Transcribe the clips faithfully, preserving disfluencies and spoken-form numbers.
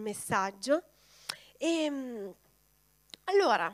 messaggio. E allora,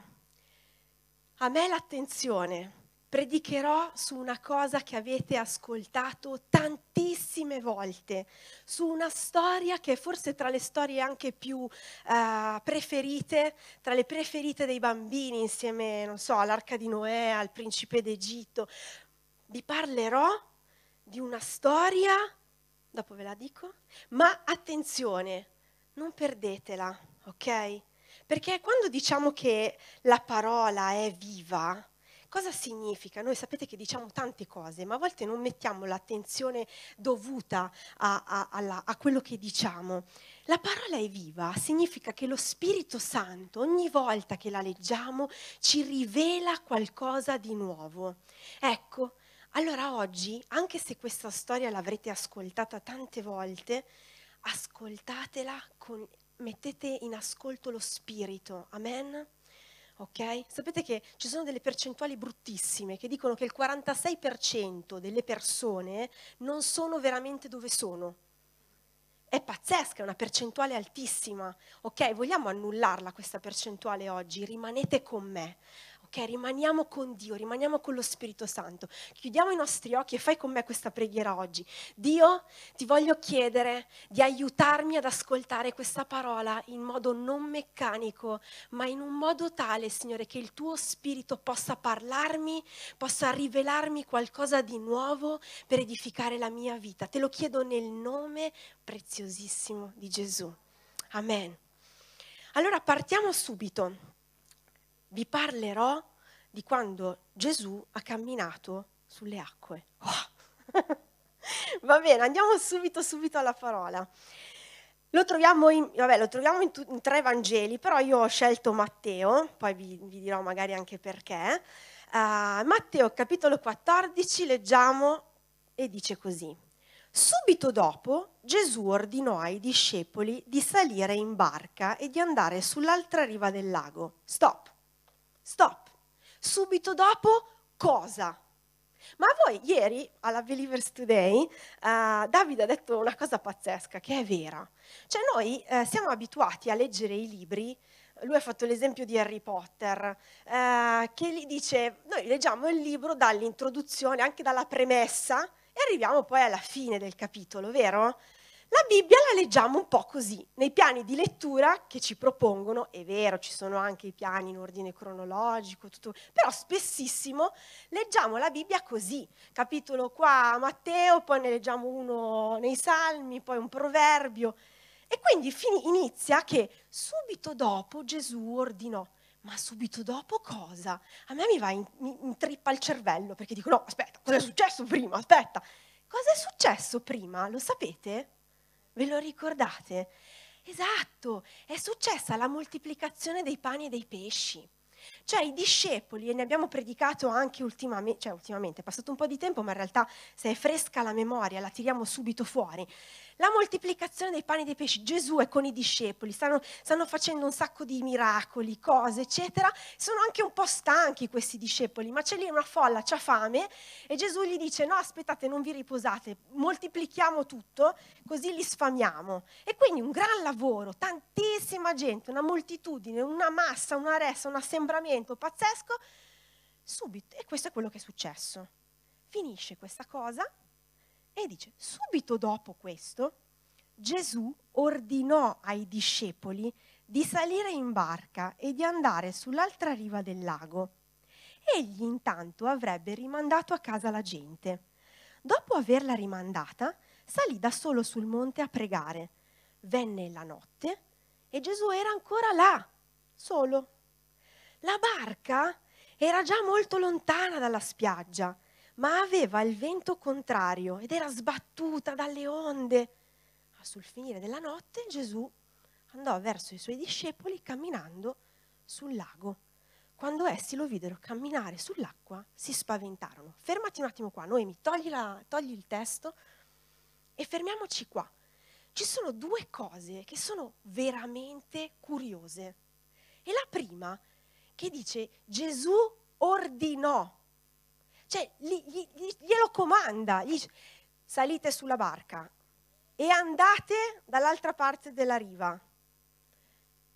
a me l'attenzione, predicherò su una cosa che avete ascoltato tantissime volte, su una storia che è forse tra le storie anche più uh, preferite, tra le preferite dei bambini, insieme, non so, all'Arca di Noè, al Principe d'Egitto. Vi parlerò di una storia, dopo ve la dico, ma attenzione, non perdetela, ok? Perché quando diciamo che la parola è viva, cosa significa? Noi sapete che diciamo tante cose, ma a volte non mettiamo l'attenzione dovuta a, a, alla, a quello che diciamo. La parola è viva, significa che lo Spirito Santo, ogni volta che la leggiamo, ci rivela qualcosa di nuovo. Ecco, allora oggi, anche se questa storia l'avrete ascoltata tante volte, ascoltatela, con, mettete in ascolto lo spirito, amen? Ok? Sapete che ci sono delle percentuali bruttissime che dicono che il quarantasei per cento delle persone non sono veramente dove sono. È pazzesca, è una percentuale altissima. Ok, vogliamo annullarla questa percentuale oggi? Rimanete con me. Ok, rimaniamo con Dio, rimaniamo con lo Spirito Santo. Chiudiamo i nostri occhi e fai con me questa preghiera oggi. Dio, ti voglio chiedere di aiutarmi ad ascoltare questa parola in modo non meccanico, ma in un modo tale, Signore, che il tuo Spirito possa parlarmi, possa rivelarmi qualcosa di nuovo per edificare la mia vita. Te lo chiedo nel nome preziosissimo di Gesù. Amen. Allora partiamo subito. Vi parlerò di quando Gesù ha camminato sulle acque. Oh. Va bene, andiamo subito subito alla parola. Lo troviamo in, vabbè, lo troviamo in, tu, in tre Vangeli, però io ho scelto Matteo, poi vi, vi dirò magari anche perché. Uh, Matteo capitolo quattordici, leggiamo e dice così. Subito dopo Gesù ordinò ai discepoli di salire in barca e di andare sull'altra riva del lago. Stop, stop. Subito dopo cosa? Ma voi ieri alla Believers Today uh, Davide ha detto una cosa pazzesca che è vera. Cioè noi eh, siamo abituati a leggere i libri. Lui ha fatto l'esempio di Harry Potter, eh, che gli dice, noi leggiamo il libro dall'introduzione, anche dalla premessa, e arriviamo poi alla fine del capitolo, vero? La Bibbia la leggiamo un po' così, nei piani di lettura che ci propongono, è vero, ci sono anche i piani in ordine cronologico, tutto, però spessissimo leggiamo la Bibbia così, capitolo qua Matteo, poi ne leggiamo uno nei Salmi, poi un proverbio, e quindi fini, inizia che subito dopo Gesù ordinò. Ma subito dopo cosa? A me mi va in, mi intrippa il cervello, perché dico, no, aspetta, cosa è successo prima? Aspetta, cosa è successo prima? Lo sapete? Ve lo ricordate? Esatto, è successa la moltiplicazione dei pani e dei pesci. Cioè i discepoli, e ne abbiamo predicato anche ultimamente, cioè ultimamente, è passato un po' di tempo, ma in realtà se è fresca la memoria la tiriamo subito fuori. La moltiplicazione dei pani e dei pesci, Gesù è con i discepoli, stanno, stanno facendo un sacco di miracoli, cose, eccetera. Sono anche un po' stanchi questi discepoli, ma c'è lì una folla, c'ha fame, e Gesù gli dice, no aspettate, non vi riposate, moltiplichiamo tutto, così li sfamiamo. E quindi un gran lavoro, tantissima gente, una moltitudine, una massa, una ressa, un assembramento pazzesco, subito, e questo è quello che è successo. Finisce questa cosa e dice, subito dopo questo, Gesù ordinò ai discepoli di salire in barca e di andare sull'altra riva del lago. Egli intanto avrebbe rimandato a casa la gente. Dopo averla rimandata, salì da solo sul monte a pregare. Venne la notte e Gesù era ancora là, solo. La barca era già molto lontana dalla spiaggia, ma aveva il vento contrario ed era sbattuta dalle onde. Sul finire della notte Gesù andò verso i suoi discepoli camminando sul lago. Quando essi lo videro camminare sull'acqua, si spaventarono. Fermati un attimo qua, Noemi, togli, la, togli il testo e fermiamoci qua. Ci sono due cose che sono veramente curiose. E la prima, che dice Gesù ordinò. Cioè, gli, gli, glielo comanda, gli dice, salite sulla barca e andate dall'altra parte della riva.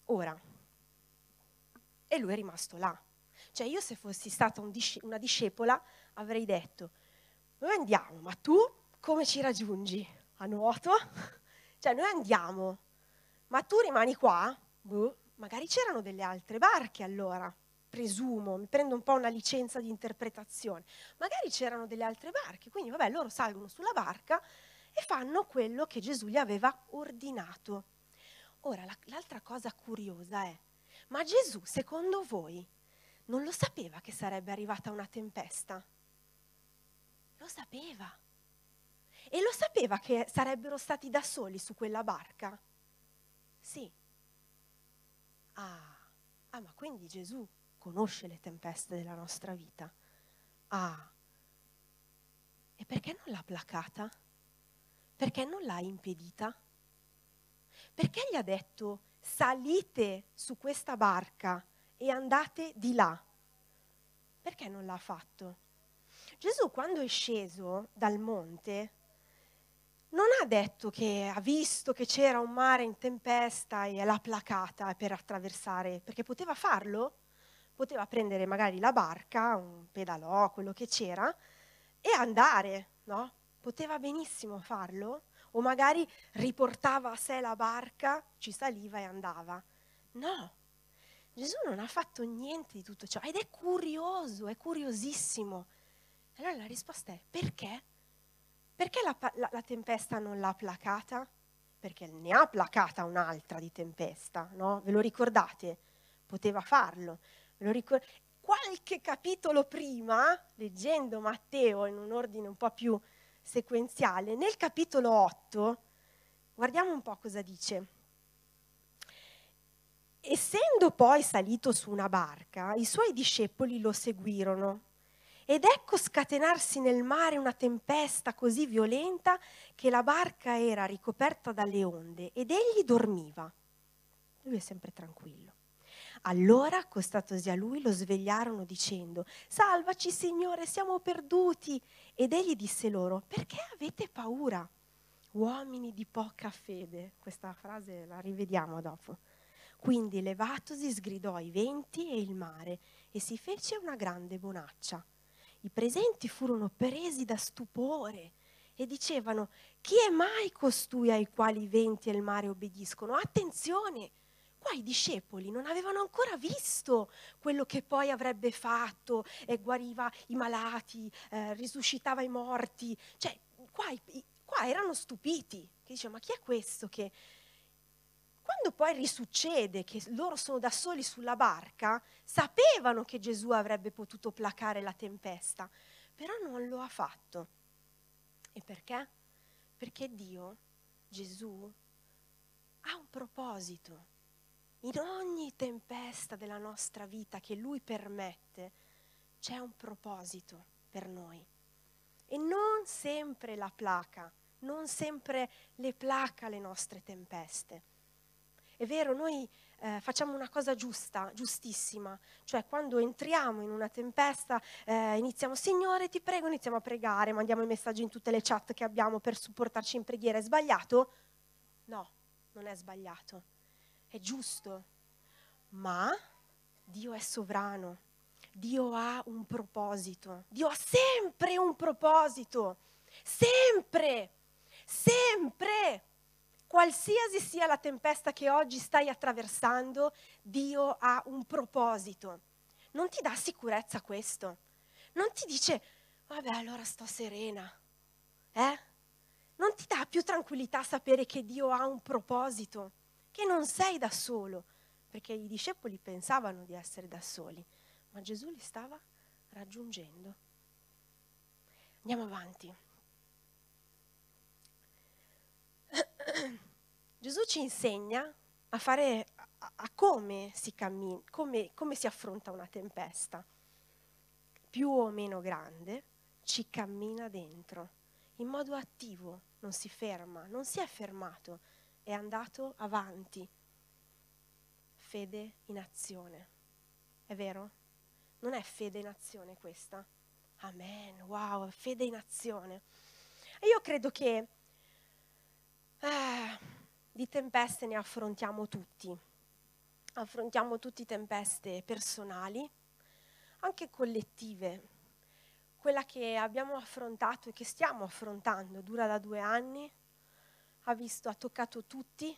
Ora, e lui è rimasto là. Cioè io se fossi stata un disce- una discepola avrei detto, noi andiamo, ma tu come ci raggiungi? A nuoto? Cioè noi andiamo, ma tu rimani qua? Boh, magari c'erano delle altre barche allora, presumo, mi prendo un po' una licenza di interpretazione. Magari c'erano delle altre barche, quindi vabbè, loro salgono sulla barca e fanno quello che Gesù gli aveva ordinato. Ora, la- l'altra cosa curiosa è, ma Gesù, secondo voi, non lo sapeva che sarebbe arrivata una tempesta? Lo sapeva. E lo sapeva che sarebbero stati da soli su quella barca? Sì. Ah, ah, ma quindi Gesù conosce le tempeste della nostra vita. Ah, e perché non l'ha placata? Perché non l'ha impedita? Perché gli ha detto salite su questa barca e andate di là? Perché non l'ha fatto? Gesù quando è sceso dal monte non ha detto che ha visto che c'era un mare in tempesta e l'ha placata per attraversare, perché poteva farlo, poteva prendere magari la barca, un pedalò, quello che c'era, e andare, no? Poteva benissimo farlo, o magari riportava a sé la barca, ci saliva e andava. No, Gesù non ha fatto niente di tutto ciò ed è curioso, è curiosissimo. Allora la risposta è perché? Perché la, pa- la- la tempesta non l'ha placata? Perché ne ha placata un'altra di tempesta, no? Ve lo ricordate? Poteva farlo. Ve lo ricor- Qualche capitolo prima, leggendo Matteo in un ordine un po' più sequenziale, nel capitolo otto, guardiamo un po' cosa dice. Essendo poi salito su una barca, i suoi discepoli lo seguirono. Ed ecco scatenarsi nel mare una tempesta così violenta che la barca era ricoperta dalle onde ed egli dormiva. Lui è sempre tranquillo. Allora, accostatosi a lui, lo svegliarono dicendo: Salvaci, Signore, siamo perduti. Ed egli disse loro: Perché avete paura, uomini di poca fede? Questa frase la rivediamo dopo. Quindi, levatosi, sgridò i venti e il mare e si fece una grande bonaccia. I presenti furono presi da stupore e dicevano: Chi è mai costui ai quali i venti e il mare obbediscono? Attenzione! Qua i discepoli non avevano ancora visto quello che poi avrebbe fatto, e guariva i malati, eh, risuscitava i morti. Cioè, qua, i- qua erano stupiti, che dicevano: ma chi è questo che... Quando poi risuccede che loro sono da soli sulla barca, sapevano che Gesù avrebbe potuto placare la tempesta, però non lo ha fatto. E perché? Perché Dio, Gesù, ha un proposito. In ogni tempesta della nostra vita che Lui permette, c'è un proposito per noi. E non sempre la placa, non sempre le placa le nostre tempeste. È vero, noi eh, facciamo una cosa giusta, giustissima, cioè quando entriamo in una tempesta eh, iniziamo, Signore ti prego, iniziamo a pregare, mandiamo i messaggi in tutte le chat che abbiamo per supportarci in preghiera. È sbagliato? No, non è sbagliato, è giusto, ma Dio è sovrano, Dio ha un proposito, Dio ha sempre un proposito, sempre, sempre. Qualsiasi sia la tempesta che oggi stai attraversando, Dio ha un proposito. Non ti dà sicurezza questo? Non ti dice, vabbè, allora sto serena, eh? Non ti dà più tranquillità sapere che Dio ha un proposito, che non sei da solo, perché i discepoli pensavano di essere da soli, ma Gesù li stava raggiungendo. Andiamo avanti. Gesù ci insegna a fare, a, a come si cammina, come, come si affronta una tempesta. Più o meno grande, ci cammina dentro, in modo attivo, non si ferma, non si è fermato, è andato avanti. Fede in azione. È vero? Non è fede in azione questa? Amen, wow, fede in azione. E io credo che eh, di tempeste ne affrontiamo tutti. affrontiamo tutti tempeste personali, anche collettive. Quella che abbiamo affrontato e che stiamo affrontando dura da due anni, ha visto, ha toccato tutti,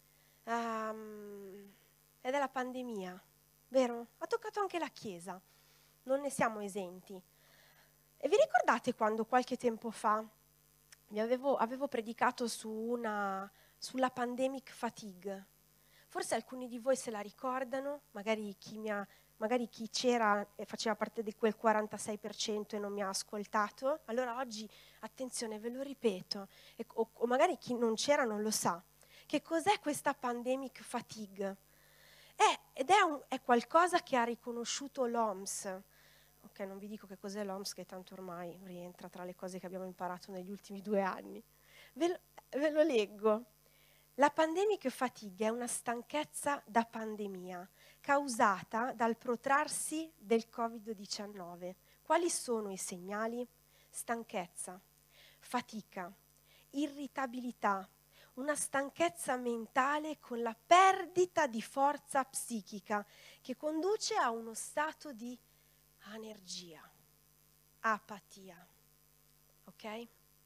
um, ed è la pandemia, vero? Ha toccato anche la Chiesa, non ne siamo esenti. E vi ricordate quando qualche tempo fa vi avevo, avevo predicato su una, sulla pandemic fatigue? Forse alcuni di voi se la ricordano, magari chi, mi ha, magari chi c'era e faceva parte di quel quarantasei per cento e non mi ha ascoltato. Allora oggi, attenzione, ve lo ripeto, e, o, o magari chi non c'era non lo sa. Che cos'è questa pandemic fatigue? È, ed è, un, è qualcosa che ha riconosciuto l'O M S. Ok, non vi dico che cos'è l'O M S, che tanto ormai rientra tra le cose che abbiamo imparato negli ultimi due anni. Ve lo, ve lo leggo. La pandemic fatigue è una stanchezza da pandemia causata dal protrarsi del covid diciannove. Quali sono i segnali? Stanchezza, fatica, irritabilità, una stanchezza mentale con la perdita di forza psichica che conduce a uno stato di anergia, apatia. Ok?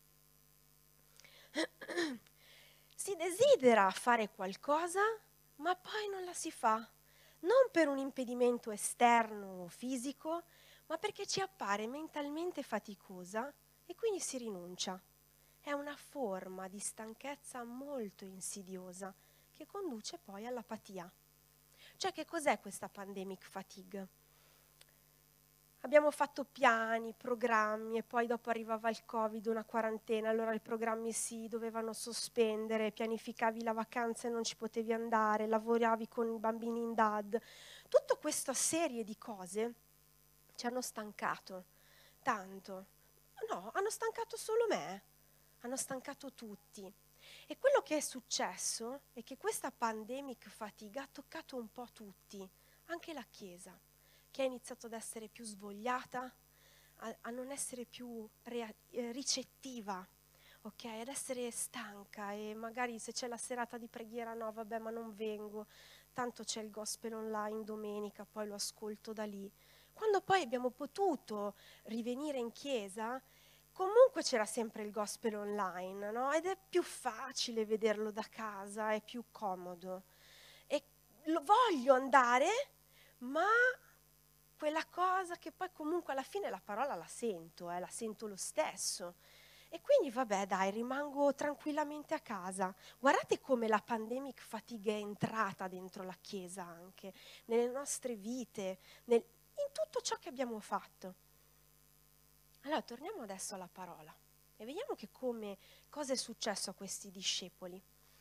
Si desidera fare qualcosa, ma poi non la si fa, non per un impedimento esterno o fisico, ma perché ci appare mentalmente faticosa e quindi si rinuncia. È una forma di stanchezza molto insidiosa che conduce poi all'apatia. Cioè, che cos'è questa pandemic fatigue? Abbiamo fatto piani, programmi e poi dopo arrivava il Covid, una quarantena, allora i programmi si dovevano sospendere, pianificavi la vacanza e non ci potevi andare, lavoravi con i bambini in D A D. Tutta questa serie di cose ci hanno stancato tanto. No, hanno stancato solo me, hanno stancato tutti. E quello che è successo è che questa pandemic fatiga ha toccato un po' tutti, anche la Chiesa, che ha iniziato ad essere più svogliata, a, a non essere più rea, eh, ricettiva, ok? Ad essere stanca e magari se c'è la serata di preghiera, no, vabbè, ma non vengo, tanto c'è il gospel online domenica, poi lo ascolto da lì. Quando poi abbiamo potuto rivenire in chiesa, comunque c'era sempre il gospel online, no? Ed è più facile vederlo da casa, è più comodo. E lo voglio andare, ma quella cosa che poi comunque alla fine la parola la sento, eh, la sento lo stesso. E quindi vabbè dai, rimango tranquillamente a casa. Guardate come la pandemic fatigue è entrata dentro la Chiesa anche, nelle nostre vite, nel, in tutto ciò che abbiamo fatto. Allora torniamo adesso alla parola e vediamo che come, cosa è successo a questi discepoli.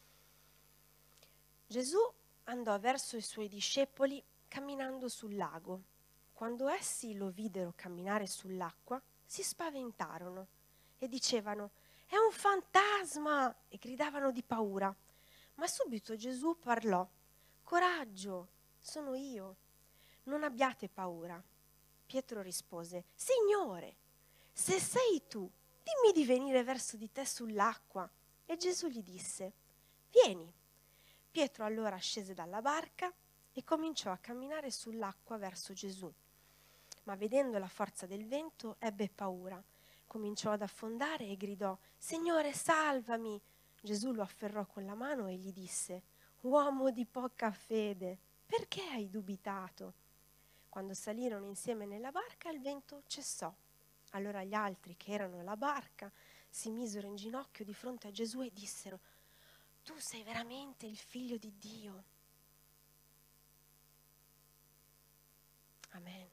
Gesù andò verso i suoi discepoli camminando sul lago. Quando essi lo videro camminare sull'acqua, si spaventarono e dicevano: «È un fantasma!» e gridavano di paura. Ma subito Gesù parlò: «Coraggio, sono io, non abbiate paura». Pietro rispose: «Signore, se sei tu, dimmi di venire verso di te sull'acqua». E Gesù gli disse: «Vieni». Pietro allora scese dalla barca e cominciò a camminare sull'acqua verso Gesù. Ma vedendo la forza del vento ebbe paura. Cominciò ad affondare e gridò: «Signore, salvami!» Gesù lo afferrò con la mano e gli disse: «Uomo di poca fede, perché hai dubitato?» Quando salirono insieme nella barca, il vento cessò. Allora gli altri che erano alla barca si misero in ginocchio di fronte a Gesù e dissero: «Tu sei veramente il Figlio di Dio». Amen.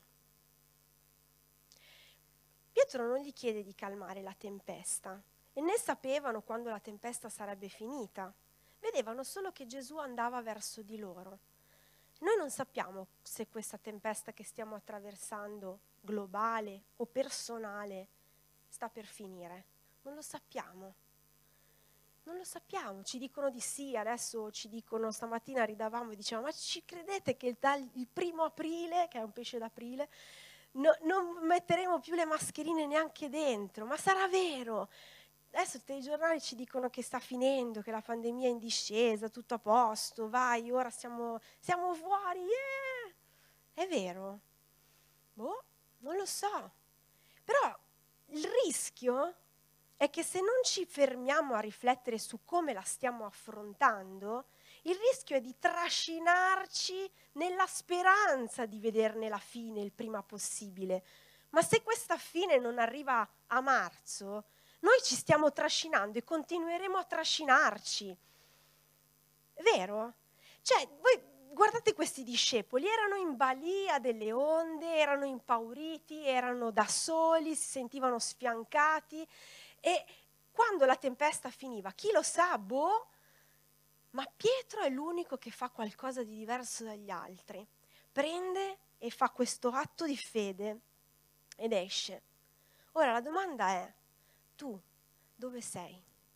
Pietro non gli chiede di calmare la tempesta e né sapevano quando la tempesta sarebbe finita. Vedevano solo che Gesù andava verso di loro. Noi non sappiamo se questa tempesta che stiamo attraversando, globale o personale, sta per finire. Non lo sappiamo. Non lo sappiamo. Ci dicono di sì, adesso ci dicono, stamattina ridavamo e dicevamo: «Ma ci credete che dal il primo aprile, che è un pesce d'aprile, no, non metteremo più le mascherine neanche dentro? Ma sarà vero?» adesso i telegiornali ci dicono che sta finendo, che la pandemia è in discesa, tutto a posto, vai, ora siamo, siamo fuori, yeah! È vero? Boh, non lo so. Però il rischio è che se non ci fermiamo a riflettere su come la stiamo affrontando, il rischio è di trascinarci nella speranza di vederne la fine il prima possibile. Ma se questa fine non arriva a marzo, noi ci stiamo trascinando e continueremo a trascinarci. È vero? Cioè, voi guardate questi discepoli, erano in balia delle onde, erano impauriti, erano da soli, si sentivano sfiancati e quando la tempesta finiva, chi lo sa, boh, ma Pietro è l'unico che fa qualcosa di diverso dagli altri. Prende e fa questo atto di fede ed esce. Ora la domanda è, tu dove sei?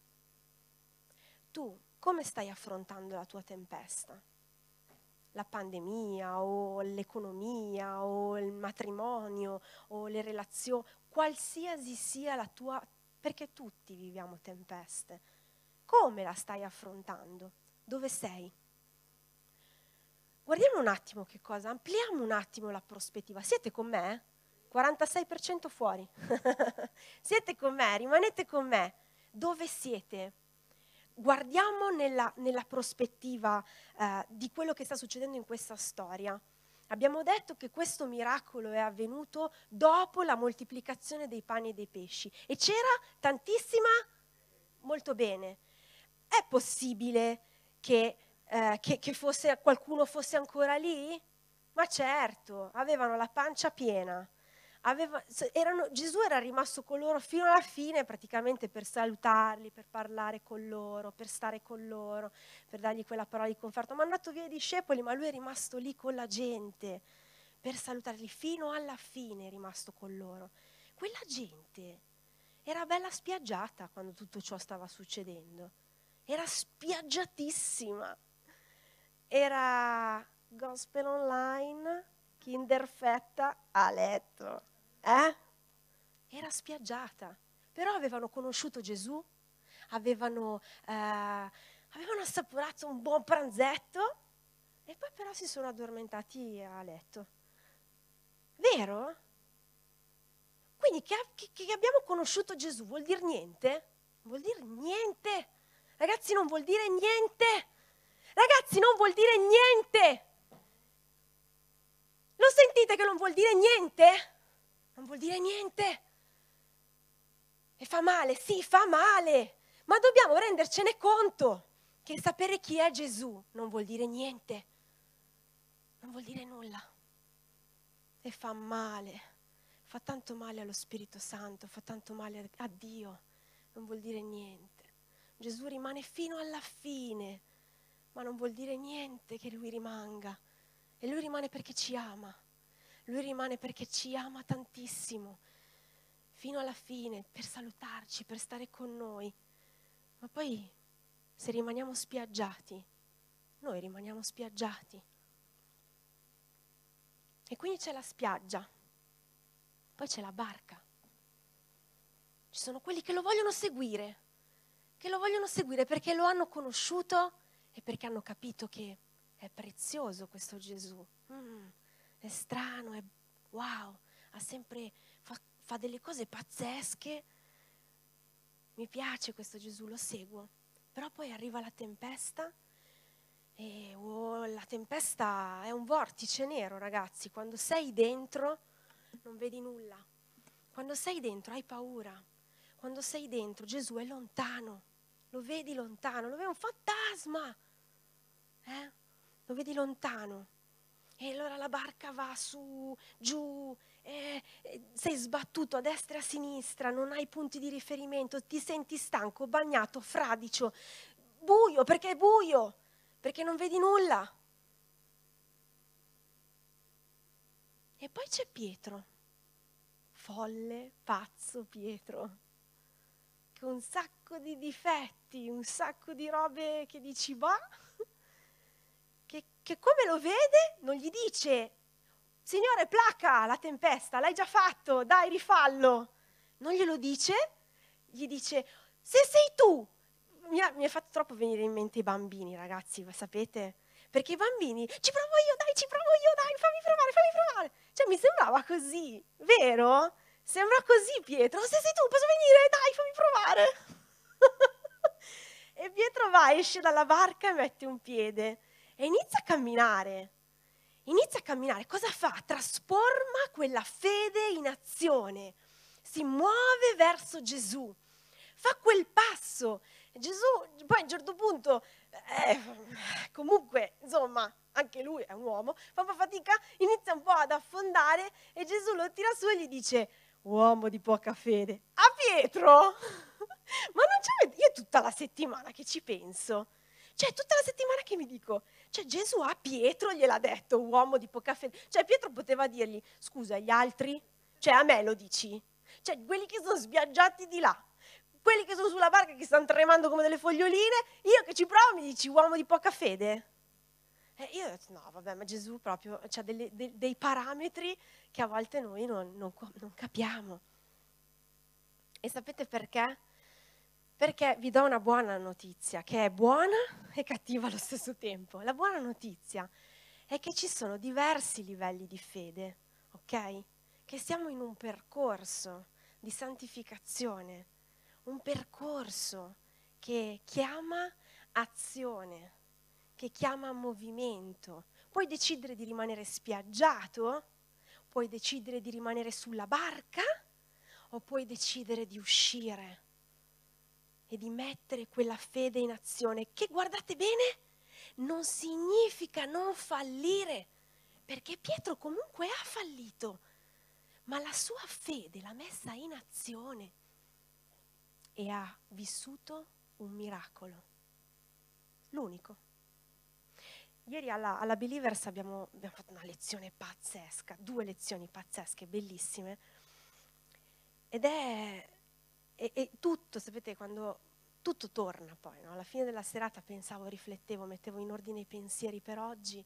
Tu come stai affrontando la tua tempesta? La pandemia o l'economia o il matrimonio o le relazioni, qualsiasi sia la tua, perché tutti viviamo tempeste. Come la stai affrontando? Dove sei? Guardiamo un attimo che cosa, ampliamo un attimo la prospettiva. Siete con me? quarantasei per cento fuori. Siete con me? Rimanete con me. Dove siete? Guardiamo nella, nella prospettiva eh, di quello che sta succedendo in questa storia. Abbiamo detto che questo miracolo è avvenuto dopo la moltiplicazione dei pani e dei pesci e c'era tantissima, molto bene. È possibile che, eh, che, che fosse, qualcuno fosse ancora lì? Ma certo, avevano la pancia piena. Aveva, erano, Gesù era rimasto con loro fino alla fine praticamente per salutarli, per parlare con loro, per stare con loro, per dargli quella parola di conforto. Ma è andato via i discepoli, ma lui è rimasto lì con la gente per salutarli fino alla fine, è rimasto con loro. Quella gente era bella spiaggiata quando tutto ciò stava succedendo, era spiaggiatissima, era gospel online, Kinderfetta a letto. Eh? Era spiaggiata, però avevano conosciuto Gesù, avevano, eh, avevano assaporato un buon pranzetto e poi però si sono addormentati a letto. Vero? Quindi che, che, che abbiamo conosciuto Gesù vuol dire niente? Non vuol dire niente. Ragazzi, non vuol dire niente. Ragazzi, non vuol dire niente. Lo sentite che non vuol dire niente? Non vuol dire niente. E fa male, sì, fa male. Ma dobbiamo rendercene conto che sapere chi è Gesù non vuol dire niente. Non vuol dire nulla. E fa male. Fa tanto male allo Spirito Santo, fa tanto male a Dio. Non vuol dire niente. Gesù rimane fino alla fine, ma non vuol dire niente che Lui rimanga. E Lui rimane perché ci ama. Lui rimane perché ci ama tantissimo, fino alla fine, per salutarci, per stare con noi. Ma poi, se rimaniamo spiaggiati, noi rimaniamo spiaggiati. E quindi c'è la spiaggia, poi c'è la barca. Ci sono quelli che lo vogliono seguire, che lo vogliono seguire perché lo hanno conosciuto e perché hanno capito che è prezioso questo Gesù. Mm. È strano, è wow, ha sempre, fa, fa delle cose pazzesche. Mi piace questo Gesù, lo seguo. Però poi arriva la tempesta e oh, la tempesta è un vortice nero, ragazzi. Quando sei dentro non vedi nulla. Quando sei dentro hai paura. Quando sei dentro Gesù è lontano. Lo vedi lontano, lo vedi un fantasma. Eh? Lo vedi lontano. E allora la barca va su, giù, eh, eh, sei sbattuto a destra e a sinistra, non hai punti di riferimento, ti senti stanco, bagnato, fradicio, buio, perché è buio, perché non vedi nulla. E poi c'è Pietro, folle, pazzo Pietro, con un sacco di difetti, un sacco di robe che dici, bah, Che, che come lo vede non gli dice Signore placa la tempesta, l'hai già fatto, dai rifallo. Non glielo dice, gli dice Se sei tu, mi ha, mi è fatto troppo venire in mente i bambini, ragazzi, sapete? Perché i bambini, ci provo io, dai, ci provo io, dai, fammi provare, fammi provare. Cioè, mi sembrava così, vero? Sembra così, Pietro. Se sei tu, posso venire? Dai, fammi provare. E Pietro va, esce dalla barca e mette un piede e inizia a camminare. Inizia a camminare. Cosa fa? Trasforma quella fede in azione. Si muove verso Gesù. Fa quel passo. Gesù, poi a un certo punto, eh, comunque, insomma, anche lui è un uomo, fa un po' fatica, inizia un po' ad affondare e Gesù lo tira su e gli dice: uomo di poca fede. A Pietro? Ma non c'è, io tutta la settimana che ci penso, cioè tutta la settimana che mi dico, cioè Gesù a Pietro gliel'ha detto, uomo di poca fede, cioè Pietro poteva dirgli, scusa, gli altri? Cioè a me lo dici? Cioè quelli che sono sbiaggiati di là, quelli che sono sulla barca che stanno tremando come delle foglioline, io che ci provo mi dici uomo di poca fede? E io ho detto, no vabbè, ma Gesù proprio ha dei, dei parametri che a volte noi non, non, non capiamo. E sapete perché? Perché vi do una buona notizia, che è buona e cattiva allo stesso tempo. La buona notizia è che ci sono diversi livelli di fede, ok? Che siamo in un percorso di santificazione, un percorso che chiama azione, che chiama movimento. Puoi decidere di rimanere spiaggiato, puoi decidere di rimanere sulla barca o puoi decidere di uscire e di mettere quella fede in azione, che guardate bene, non significa non fallire, perché Pietro comunque ha fallito, ma la sua fede l'ha messa in azione e ha vissuto un miracolo, l'unico. Ieri alla, alla Believers abbiamo, abbiamo fatto una lezione pazzesca, due lezioni pazzesche, bellissime, ed è... E, e tutto, sapete, quando tutto torna poi, no? Alla fine della serata pensavo, riflettevo, mettevo in ordine i pensieri per oggi.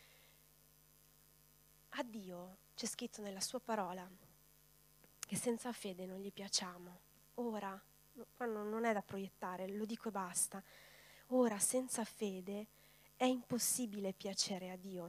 A Dio c'è scritto nella sua parola che senza fede non gli piacciamo. Ora, qua non è da proiettare, lo dico e basta. Ora, senza fede è impossibile piacere a Dio.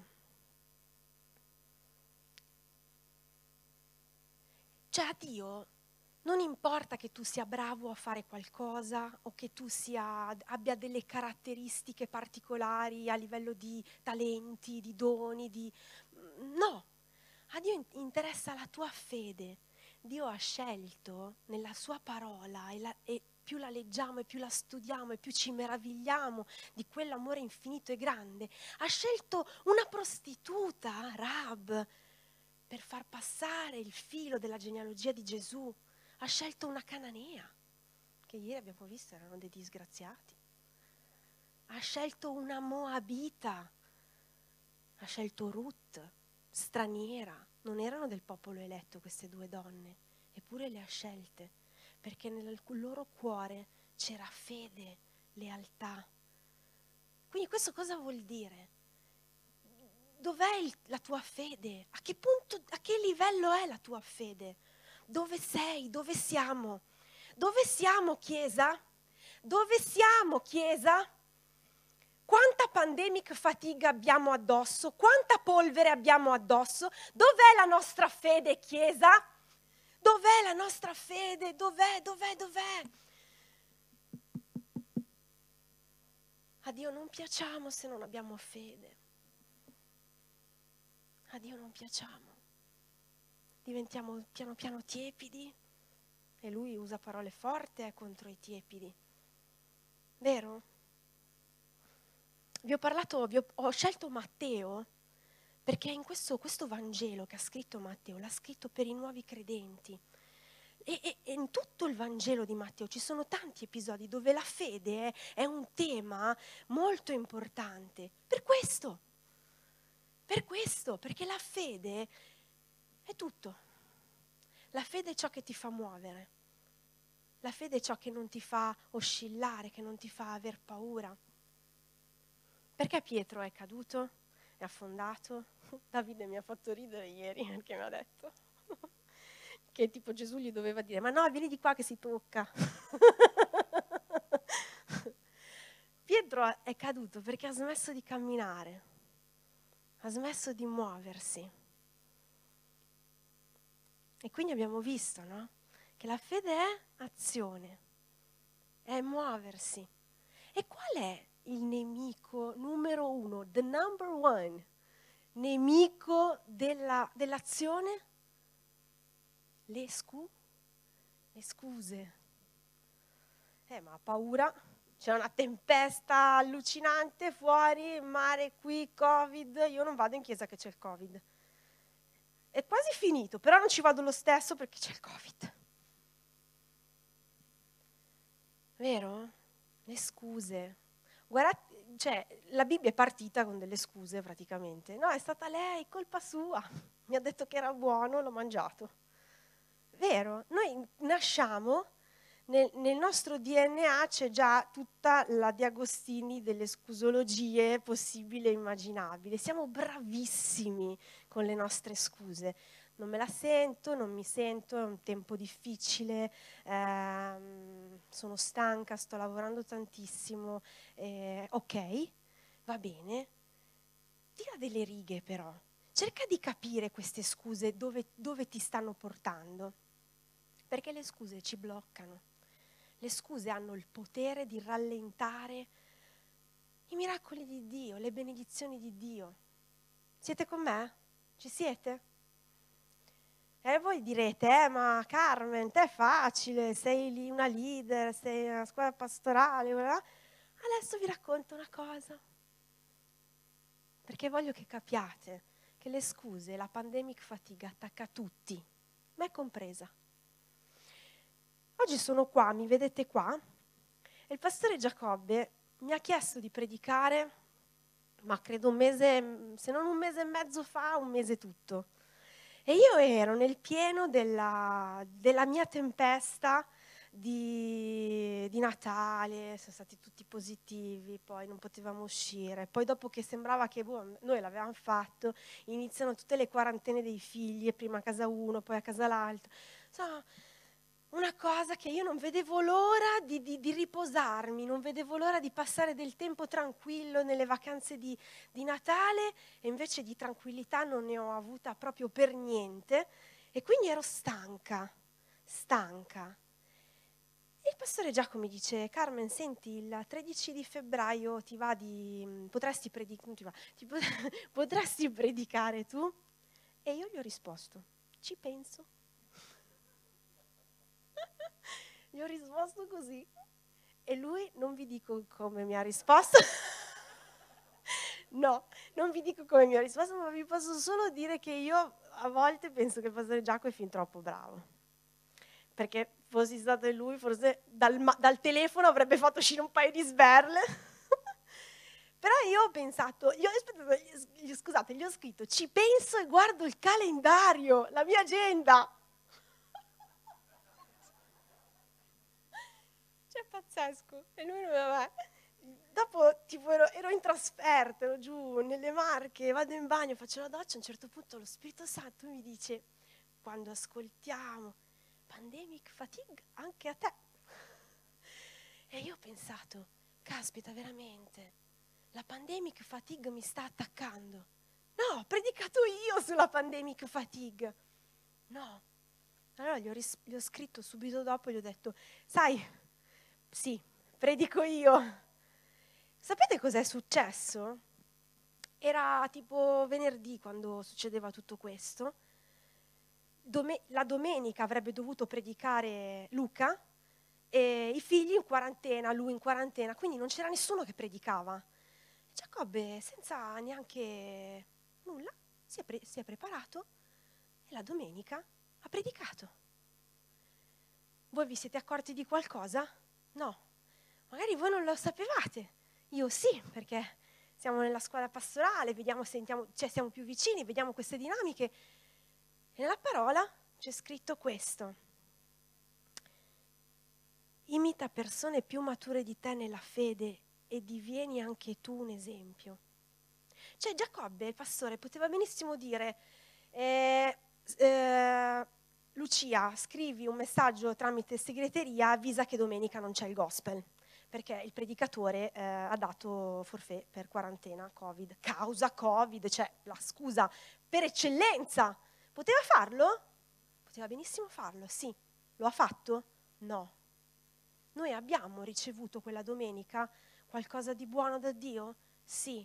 Cioè a Dio non importa che tu sia bravo a fare qualcosa o che tu sia, abbia delle caratteristiche particolari a livello di talenti, di doni, di... no, a Dio interessa la tua fede. Dio ha scelto nella sua parola e, la, e più la leggiamo e più la studiamo e più ci meravigliamo di quell'amore infinito e grande, ha scelto una prostituta, Rahab, per far passare il filo della genealogia di Gesù. Ha scelto una cananea, che ieri abbiamo visto erano dei disgraziati. Ha scelto una moabita. Ha scelto Ruth, straniera. Non erano del popolo eletto queste due donne, eppure le ha scelte, perché nel loro cuore c'era fede, lealtà. Quindi questo cosa vuol dire? Dov'è il, la tua fede? A che punto, a che livello è la tua fede? Dove sei? Dove siamo? Dove siamo, Chiesa? Dove siamo, Chiesa? Quanta pandemic fatiga abbiamo addosso? Quanta polvere abbiamo addosso? Dov'è la nostra fede, Chiesa? Dov'è la nostra fede? Dov'è? Dov'è? Dov'è? A Dio non piacciamo se non abbiamo fede. A Dio non piacciamo. Diventiamo piano piano tiepidi e Lui usa parole forti eh, contro i tiepidi. Vero? Vi ho parlato, vi ho, ho scelto Matteo perché in questo, questo Vangelo che ha scritto Matteo, l'ha scritto per i nuovi credenti. E, e, e in tutto il Vangelo di Matteo ci sono tanti episodi dove la fede è, è un tema molto importante. Per questo, per questo, perché la fede è tutto. La fede è ciò che ti fa muovere. La fede è ciò che non ti fa oscillare, che non ti fa aver paura. Perché Pietro è caduto? È affondato? Davide mi ha fatto ridere ieri perché mi ha detto che tipo Gesù gli doveva dire: ma no, vieni di qua che si tocca. l'altro è caduto perché ha smesso di camminare, ha smesso di muoversi. E quindi abbiamo visto, no? Che la fede è azione, è muoversi. E qual è il nemico numero uno, the number one, nemico della, dell'azione? Le, scu- le scuse. Eh, ma ha paura, c'è una tempesta allucinante fuori, mare qui, Covid, io non vado in chiesa che c'è il Covid. È quasi finito, però non ci vado lo stesso perché c'è il Covid. Vero? Le scuse. Guardate, cioè, la Bibbia è partita con delle scuse praticamente. No, è stata lei, colpa sua. Mi ha detto che era buono, l'ho mangiato. Vero? Noi nasciamo, nel, nel nostro D N A c'è già tutta la Di Agostini delle scusologie possibili e immaginabili. Siamo bravissimi con le nostre scuse. Non me la sento, non mi sento, è un tempo difficile, ehm, sono stanca, sto lavorando tantissimo, eh, ok, va bene. Tira delle righe però, cerca di capire queste scuse dove, dove ti stanno portando, perché le scuse ci bloccano. Le scuse hanno il potere di rallentare i miracoli di Dio, le benedizioni di Dio. Siete con me? Ci siete? E voi direte, eh ma Carmen, te è facile, sei lì una leader, sei una scuola pastorale, bla bla. Adesso vi racconto una cosa, perché voglio che capiate che le scuse, la pandemic fatigue attacca a tutti, me compresa. Oggi sono qua, mi vedete qua, e il pastore Giacobbe mi ha chiesto di predicare, ma credo un mese, se non un mese e mezzo fa, un mese tutto. E io ero nel pieno della, della mia tempesta di, di Natale, sono stati tutti positivi, poi non potevamo uscire. Poi dopo che sembrava che boh, noi l'avevamo fatto, iniziano tutte le quarantene dei figli, prima a casa uno, poi a casa l'altro. Insomma, una cosa che io non vedevo l'ora di, di, di riposarmi, non vedevo l'ora di passare del tempo tranquillo nelle vacanze di, di Natale, e invece di tranquillità non ne ho avuta proprio per niente, e quindi ero stanca, stanca. E il pastore Giacomo mi dice, Carmen, senti, il tredici di febbraio ti va di, potresti, predic- non ti va, ti pot- potresti predicare tu? E io gli ho risposto, ci penso. Gli ho risposto così. E lui, non vi dico come mi ha risposto, no, non vi dico come mi ha risposto, ma vi posso solo dire che io a volte penso che il pastore Giacomo è fin troppo bravo. Perché fossi stato lui, forse dal, dal telefono avrebbe fatto uscire un paio di sberle. Però io ho pensato, gli ho, gli, scusate, gli ho scritto, ci penso e guardo il calendario, la mia agenda. Cioè, pazzesco. E lui non aveva... Dopo, tipo, ero, ero in trasferta, ero giù nelle Marche, vado in bagno, faccio la doccia, a un certo punto lo Spirito Santo mi dice, quando ascoltiamo pandemic fatigue anche a te. E io ho pensato, caspita, veramente, la pandemic fatigue mi sta attaccando. No, ho predicato io sulla pandemic fatigue. No. Allora gli ho, ris- gli ho scritto subito dopo e gli ho detto, sai, sì, predico io. Sapete cos'è successo? Era tipo venerdì quando succedeva tutto questo. Dome- la domenica avrebbe dovuto predicare Luca, e i figli in quarantena, lui in quarantena, quindi non c'era nessuno che predicava. Giacobbe, senza neanche nulla, si è, pre- si è preparato e la domenica ha predicato. Voi vi siete accorti di qualcosa? No. Magari voi non lo sapevate. Io sì, perché siamo nella scuola pastorale, vediamo, sentiamo, cioè siamo più vicini, vediamo queste dinamiche. E nella parola c'è scritto questo. Imita persone più mature di te nella fede e divieni anche tu un esempio. Cioè Giacobbe, il pastore, poteva benissimo dire, eh, eh, Lucia, scrivi un messaggio tramite segreteria, avvisa che domenica non c'è il gospel, perché il predicatore eh, ha dato forfait per quarantena Covid, causa Covid, cioè la scusa per eccellenza. Poteva farlo? Poteva benissimo farlo, sì. Lo ha fatto? No. Noi abbiamo ricevuto quella domenica qualcosa di buono da Dio? Sì.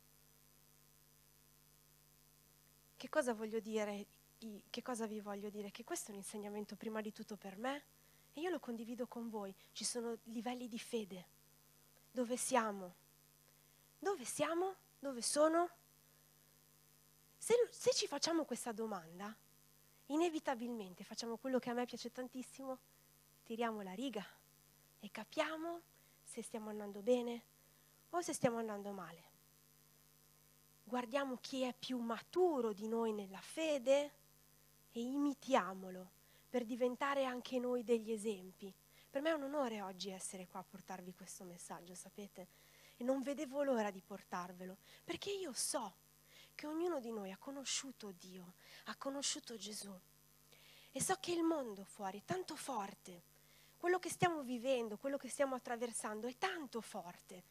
Che cosa voglio dire? Che cosa vi voglio dire? Che questo è un insegnamento prima di tutto per me e io lo condivido con voi. Ci sono livelli di fede. Dove siamo? Dove siamo? Dove sono? Se, se ci facciamo questa domanda, inevitabilmente facciamo quello che a me piace tantissimo, tiriamo la riga e capiamo se stiamo andando bene o se stiamo andando male. Guardiamo chi è più maturo di noi nella fede e imitiamolo per diventare anche noi degli esempi. Per me è un onore oggi essere qua a portarvi questo messaggio, sapete? E non vedevo l'ora di portarvelo, perché io so che ognuno di noi ha conosciuto Dio, ha conosciuto Gesù. E so che il mondo fuori è tanto forte. Quello che stiamo vivendo, quello che stiamo attraversando è tanto forte.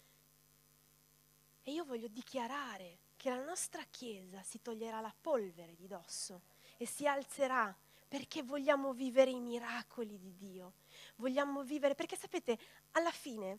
E io voglio dichiarare che la nostra Chiesa si toglierà la polvere di dosso e si alzerà perché vogliamo vivere i miracoli di Dio. Vogliamo vivere, perché sapete, alla fine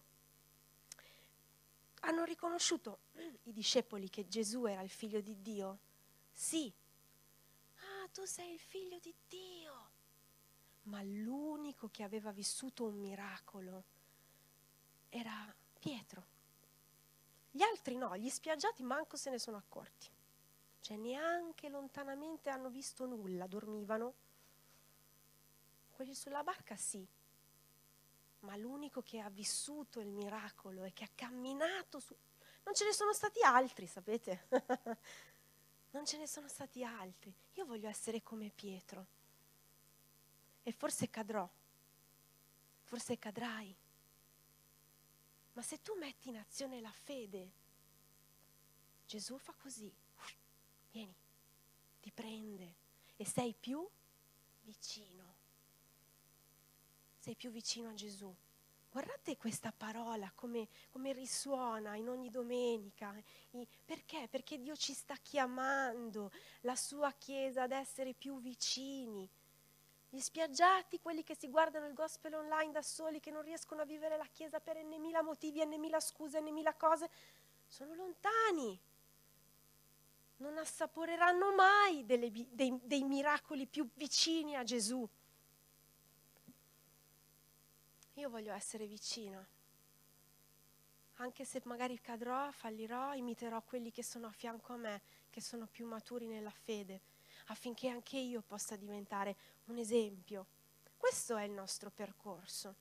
hanno riconosciuto i discepoli che Gesù era il figlio di Dio? Sì. Ah, tu sei il figlio di Dio. Ma l'unico che aveva vissuto un miracolo era Pietro. Gli altri no, gli spiaggiati manco se ne sono accorti. Cioè neanche lontanamente hanno visto nulla, dormivano. Quelli sulla barca sì, ma l'unico che ha vissuto il miracolo e che ha camminato su... Non ce ne sono stati altri, sapete? Non ce ne sono stati altri. Io voglio essere come Pietro. E forse cadrò, forse cadrai. Ma se tu metti in azione la fede, Gesù fa così, vieni, ti prende e sei più vicino. Sei più vicino a Gesù. Guardate questa parola come, come risuona in ogni domenica. I, perché? Perché Dio ci sta chiamando, la sua Chiesa, ad essere più vicini. Gli spiaggiati, quelli che si guardano il gospel online da soli, che non riescono a vivere la Chiesa per enne mila motivi, enne mila scuse, enne mila cose, sono lontani. Non assaporeranno mai delle, dei, dei miracoli più vicini a Gesù. Io voglio essere vicina. Anche se magari cadrò, fallirò, imiterò quelli che sono a fianco a me, che sono più maturi nella fede, affinché anche io possa diventare un esempio. Questo è il nostro percorso.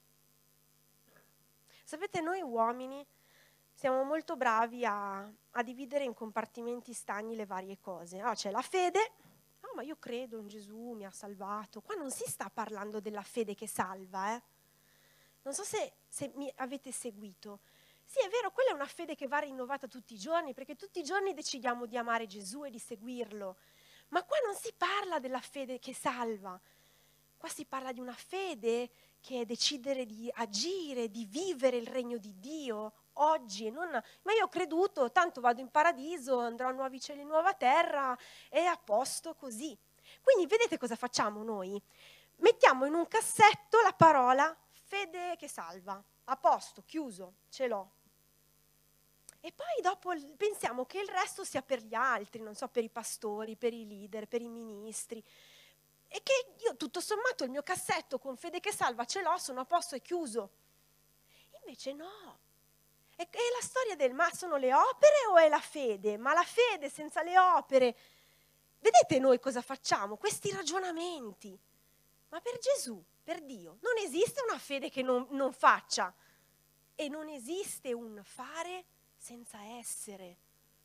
Sapete, noi uomini siamo molto bravi a, a dividere in compartimenti stagni le varie cose. Ah, c'è la fede, ah, ma io credo in Gesù, mi ha salvato. Qua non si sta parlando della fede che salva, eh. Non so se, se mi avete seguito. Sì, è vero, quella è una fede che va rinnovata tutti i giorni, perché tutti i giorni decidiamo di amare Gesù e di seguirlo. Ma qua non si parla della fede che salva. Qua si parla di una fede che è decidere di agire, di vivere il regno di Dio oggi. Non, ma io ho creduto, tanto vado in paradiso, andrò a nuovi cieli e nuova terra, è a posto così. Quindi vedete cosa facciamo noi? Mettiamo in un cassetto la parola fede che salva, a posto, chiuso, ce l'ho. E poi dopo pensiamo che il resto sia per gli altri, non so, per i pastori, per i leader, per i ministri. E che io tutto sommato il mio cassetto con fede che salva ce l'ho, sono a posto, è chiuso. Invece no. E, e la storia del ma sono le opere o è la fede? Ma la fede senza le opere. Vedete noi cosa facciamo? Questi ragionamenti. Ma per Gesù, per Dio, non esiste una fede che non, non faccia. E non esiste un fare senza essere.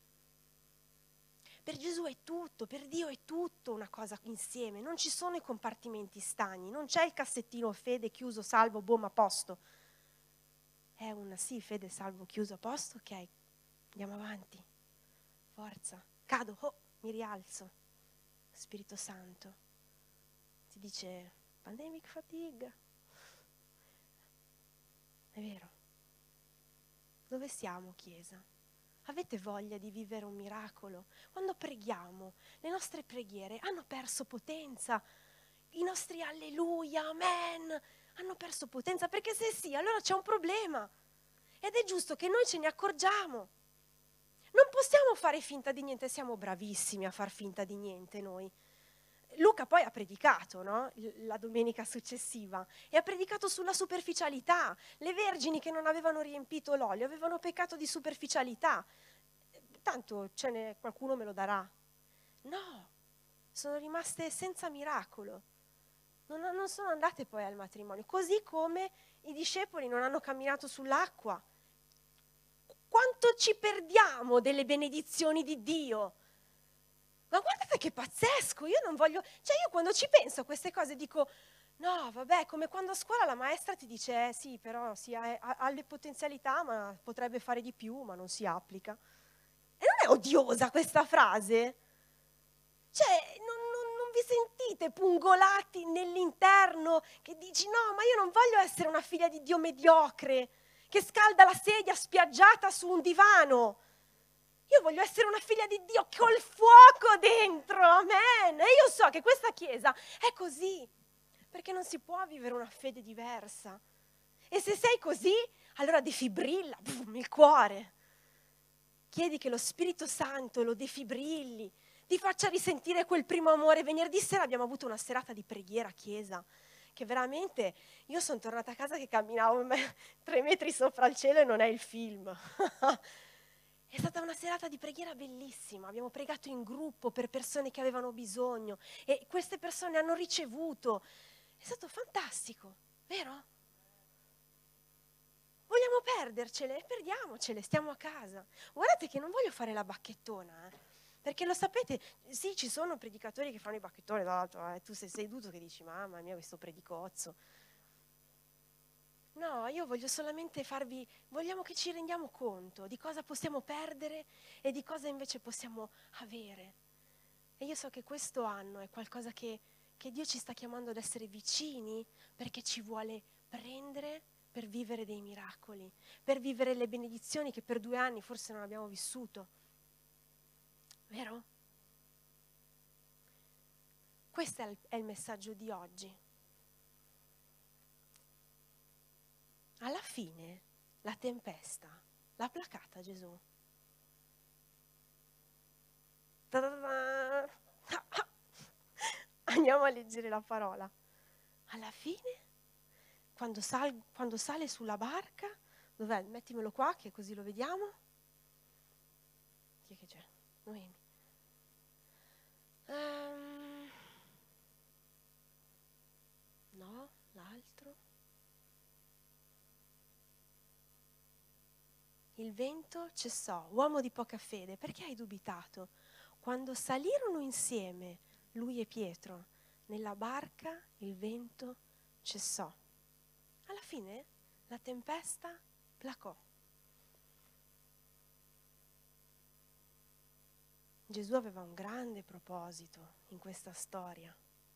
Per Gesù è tutto, per Dio è tutto una cosa insieme, non ci sono i compartimenti stagni, non c'è il cassettino fede, chiuso, salvo, boom, a posto. È un sì, fede, salvo, chiuso, a posto, ok, andiamo avanti, forza, cado, oh, mi rialzo, Spirito Santo, ti dice pandemic fatigue, è vero. Dove siamo, Chiesa? Avete voglia di vivere un miracolo? Quando preghiamo, le nostre preghiere hanno perso potenza. I nostri alleluia, amen, hanno perso potenza, perché se sì, allora c'è un problema. Ed è giusto che noi ce ne accorgiamo. Non possiamo fare finta di niente, siamo bravissimi a far finta di niente noi. Luca poi ha predicato, no? La domenica successiva, e ha predicato sulla superficialità. Le vergini che non avevano riempito l'olio avevano peccato di superficialità. Tanto ce n'è, qualcuno me lo darà. No, sono rimaste senza miracolo. Non, non sono andate poi al matrimonio, così come i discepoli non hanno camminato sull'acqua. Quanto ci perdiamo delle benedizioni di Dio? Ma guardate che pazzesco, io non voglio, cioè io quando ci penso a queste cose dico, no vabbè, come quando a scuola la maestra ti dice, eh, sì però sì, ha, ha le potenzialità ma potrebbe fare di più, ma non si applica. E non è odiosa questa frase? Cioè, non, non, non vi sentite pungolati nell'interno che dici, no, ma io non voglio essere una figlia di Dio mediocre, che scalda la sedia spiaggiata su un divano. Io voglio essere una figlia di Dio col fuoco dentro, amen. E io so che questa chiesa è così, perché non si può vivere una fede diversa. E se sei così, allora defibrilla boom, il cuore. Chiedi che lo Spirito Santo lo defibrilli, ti faccia risentire quel primo amore. Venerdì sera abbiamo avuto una serata di preghiera a chiesa, che veramente, io sono tornata a casa che camminavo tre metri sopra il cielo e non è il film. È stata una serata di preghiera bellissima, abbiamo pregato in gruppo per persone che avevano bisogno e queste persone hanno ricevuto. È stato fantastico, vero? Vogliamo perdercele? Perdiamocele, stiamo a casa. Guardate che non voglio fare la bacchettona, eh? Perché lo sapete, sì, ci sono predicatori che fanno i bacchettoni, dall'altro, eh, tu sei seduto che dici, mamma mia, questo predicozzo. No, io voglio solamente farvi, vogliamo che ci rendiamo conto di cosa possiamo perdere e di cosa invece possiamo avere. E io so che questo anno è qualcosa che, che Dio ci sta chiamando ad essere vicini, perché ci vuole prendere per vivere dei miracoli, per vivere le benedizioni che per due anni forse non abbiamo vissuto. Vero? Questo è il, è il messaggio di oggi. Alla fine la tempesta l'ha placata Gesù. Ta-da-da! Andiamo a leggere la parola. Alla fine, quando, sal, quando sale sulla barca, dov'è? Mettimelo qua che così lo vediamo. Chi è che c'è? Noemi. Um, no, l'altro. Il vento cessò. Uomo di poca fede, perché hai dubitato? Quando salirono insieme, lui e Pietro, nella barca il vento cessò. Alla fine la tempesta placò. Gesù aveva un grande proposito in questa storia.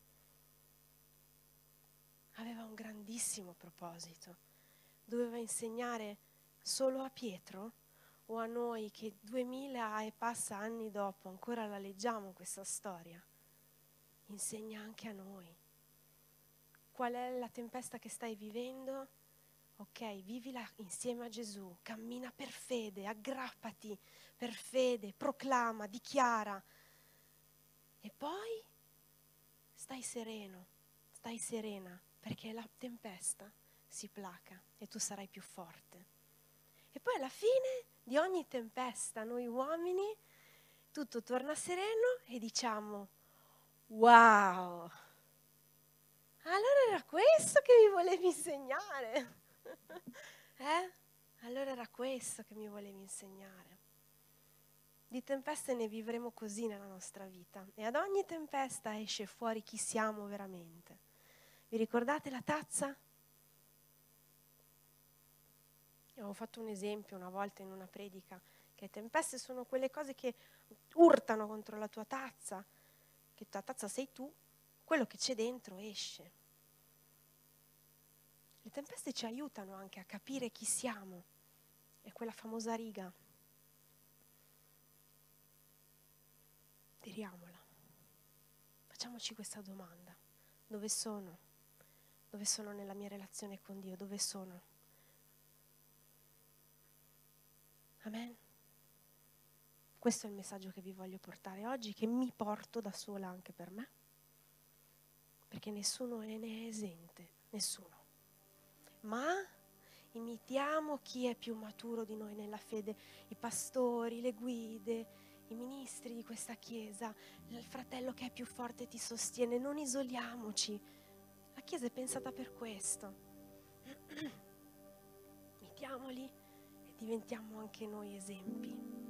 Aveva un grandissimo proposito. Doveva insegnare solo a Pietro o a noi che duemila e passa anni dopo ancora la leggiamo questa storia? Insegna anche a noi. Qual è la tempesta che stai vivendo? Ok, vivila insieme a Gesù, cammina per fede, aggrappati per fede, proclama, dichiara. E poi stai sereno, stai serena, perché la tempesta si placa e tu sarai più forte. E poi alla fine di ogni tempesta, noi uomini, tutto torna sereno e diciamo, wow, allora era questo che mi volevi insegnare. Eh? Allora era questo che mi volevi insegnare. Di tempeste ne vivremo così nella nostra vita e ad ogni tempesta esce fuori chi siamo veramente. Vi ricordate la tazza? Io avevo fatto un esempio una volta in una predica, che tempeste sono quelle cose che urtano contro la tua tazza, che tua tazza sei tu, quello che c'è dentro esce. Le tempeste ci aiutano anche a capire chi siamo è quella famosa riga. Tiriamola. Facciamoci questa domanda. Dove sono? Dove sono nella mia relazione con Dio? Dove sono? Amen? Questo è il messaggio che vi voglio portare oggi, che mi porto da sola anche per me, perché nessuno ne è esente, nessuno. Ma imitiamo chi è più maturo di noi nella fede, i pastori, le guide, i ministri di questa chiesa, il fratello che è più forte ti sostiene. Non isoliamoci. La chiesa è pensata per questo. Imitiamoli e diventiamo anche noi esempi.